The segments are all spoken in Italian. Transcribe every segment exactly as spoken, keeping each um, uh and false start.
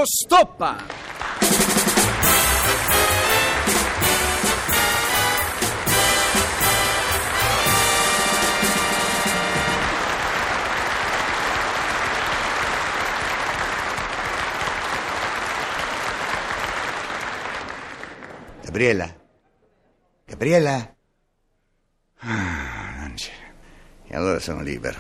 stoppa! Gabriella? Gabriella? Ah, non c'è. E allora sono libero.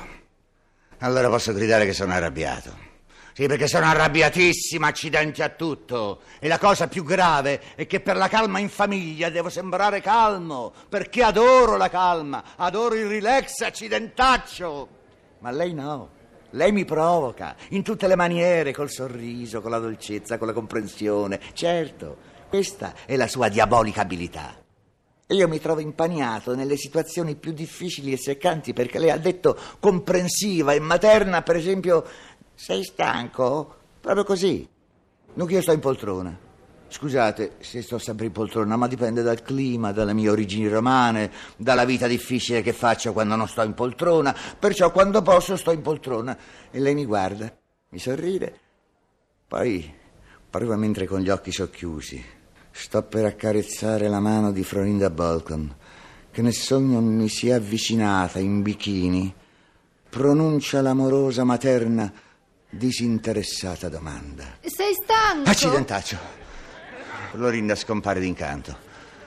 Allora posso gridare che sono arrabbiato. Sì, perché sono arrabbiatissima, accidenti a tutto. E la cosa più grave è che per la calma in famiglia devo sembrare calmo, perché adoro la calma, adoro il relax, accidentaccio. Ma lei no. Lei mi provoca, in tutte le maniere, col sorriso, con la dolcezza, con la comprensione. Certo. Questa è la sua diabolica abilità. E io mi trovo impaniato nelle situazioni più difficili e seccanti perché lei ha detto comprensiva e materna, per esempio, sei stanco? Proprio così. Non che io sto in poltrona. Scusate se sto sempre in poltrona, ma dipende dal clima, dalle mie origini romane, dalla vita difficile che faccio quando non sto in poltrona. Perciò quando posso sto in poltrona. E lei mi guarda, mi sorride, poi, proprio mentre con gli occhi socchiusi sto per accarezzare la mano di Florinda Bolton, che nel sogno mi si è avvicinata in bikini, pronuncia l'amorosa, materna, disinteressata domanda. Sei stanco? Accidentaccio. Florinda scompare d'incanto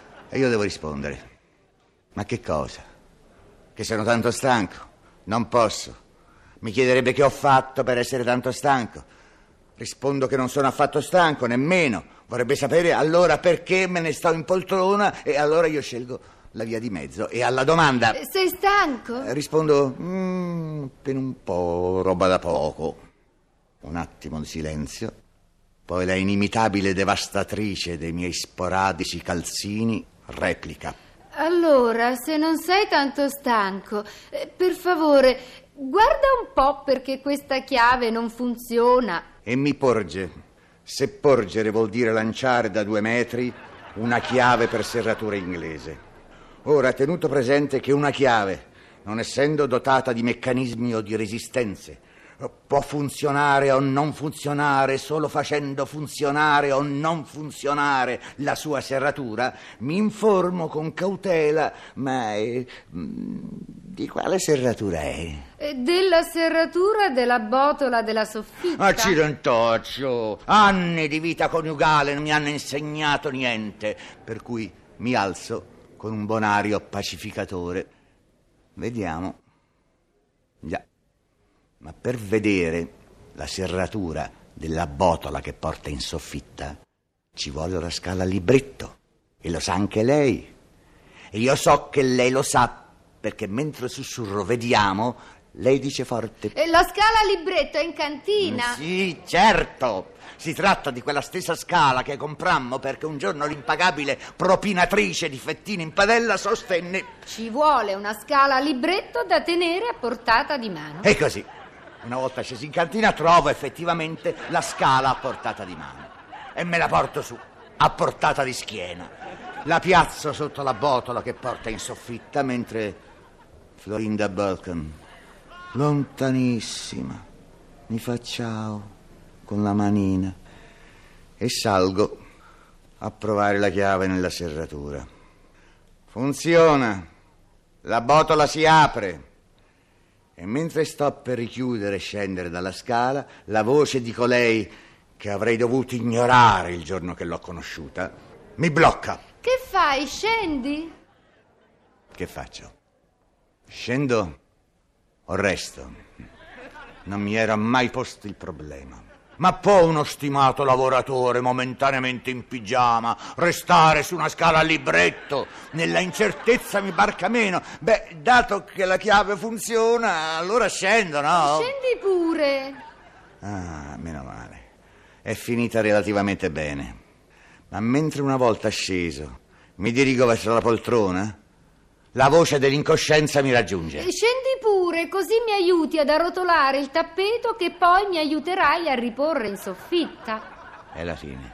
e io devo rispondere. Ma che cosa? Che sono tanto stanco? Non posso. Mi chiederebbe che ho fatto per essere tanto stanco. Rispondo che non sono affatto stanco, nemmeno. Vorrebbe sapere allora perché me ne sto in poltrona e allora io scelgo la via di mezzo. E alla domanda... Sei stanco? Eh, rispondo... Mm, per un po', roba da poco. Un attimo di silenzio. Poi la inimitabile devastatrice dei miei sporadici calzini replica. Allora, se non sei tanto stanco, eh, per favore, guarda un po' perché questa chiave non funziona. E mi porge... Se porgere vuol dire lanciare da due metri una chiave per serratura inglese. Ora, tenuto presente che una chiave, non essendo dotata di meccanismi o di resistenze, può funzionare o non funzionare solo facendo funzionare o non funzionare la sua serratura, mi informo con cautela, ma eh, di quale serratura è? Della serratura della botola della soffitta. Accidentaccio! Anni di vita coniugale non mi hanno insegnato niente, per cui mi alzo con un bonario pacificatore. Vediamo. Già. Ma per vedere la serratura della botola che porta in soffitta ci vuole la scala a libretto, e lo sa anche lei. E io so che lei lo sa perché mentre sussurro vediamo, lei dice forte: e la scala a libretto è in cantina? Sì, certo. Si tratta di quella stessa scala che comprammo perché un giorno l'impagabile propinatrice di fettine in padella sostenne: ci vuole una scala a libretto da tenere a portata di mano. E così. Una volta scesi in cantina trovo effettivamente la scala a portata di mano e me la porto su, a portata di schiena. La piazzo sotto la botola che porta in soffitta mentre Florinda Bolton, lontanissima, mi fa ciao con la manina e salgo a provare la chiave nella serratura. Funziona, la botola si apre. E mentre sto per richiudere e scendere dalla scala, la voce di colei che avrei dovuto ignorare il giorno che l'ho conosciuta mi blocca. Che fai? Scendi? Che faccio? Scendo o resto? Non mi era mai posto il problema. Ma può uno stimato lavoratore momentaneamente in pigiama restare su una scala a libretto? Nella incertezza mi barca meno. Beh, dato che la chiave funziona, allora scendo, no? Scendi pure. Ah, meno male. È finita relativamente bene. Ma mentre una volta sceso mi dirigo verso la poltrona, la voce dell'incoscienza mi raggiunge. Scendi pure, così mi aiuti ad arrotolare il tappeto che poi mi aiuterai a riporre in soffitta. È la fine.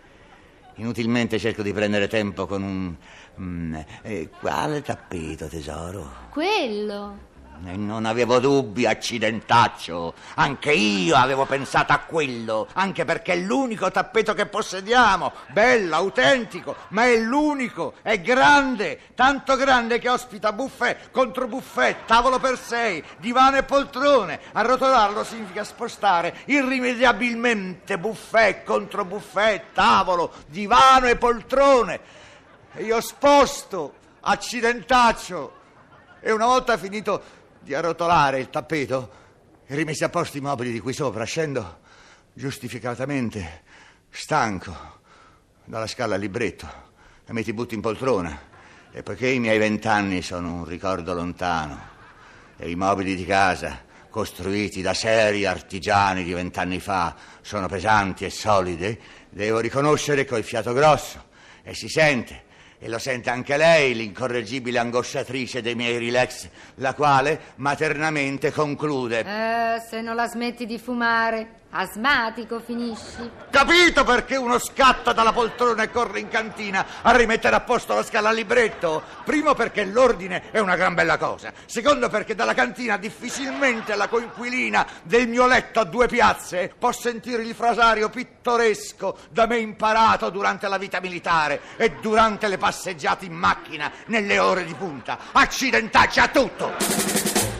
Inutilmente cerco di prendere tempo con un... Mm, eh, quale tappeto, tesoro? Quello. E non avevo dubbi, accidentaccio. Anche io avevo pensato a quello, anche perché è l'unico tappeto che possediamo. Bello, autentico, ma è l'unico. È grande, tanto grande che ospita buffet contro buffet, tavolo per sei, divano e poltrone. Arrotolarlo significa spostare irrimediabilmente buffet contro buffet, tavolo, divano e poltrone. E io sposto, accidentaccio. E una volta finito di arrotolare il tappeto e rimessi a posto i mobili di qui sopra, scendo giustificatamente stanco dalla scala al libretto e mi ti butto in poltrona. E poiché i miei vent'anni sono un ricordo lontano e i mobili di casa costruiti da seri artigiani di vent'anni fa sono pesanti e solidi, devo riconoscere che ho il fiato grosso e si sente. E lo sente anche lei, l'incorreggibile angosciatrice dei miei relax, la quale maternamente conclude: Eh, se non la smetti di fumare, asmatico finisci. Capito perché uno scatta dalla poltrona e corre in cantina a rimettere a posto la scala al libretto? Primo perché l'ordine è una gran bella cosa. Secondo perché dalla cantina difficilmente la coinquilina del mio letto a due piazze può sentire il frasario pittoresco da me imparato durante la vita militare e durante le passeggiate in macchina nelle ore di punta. Accidentacci a tutto!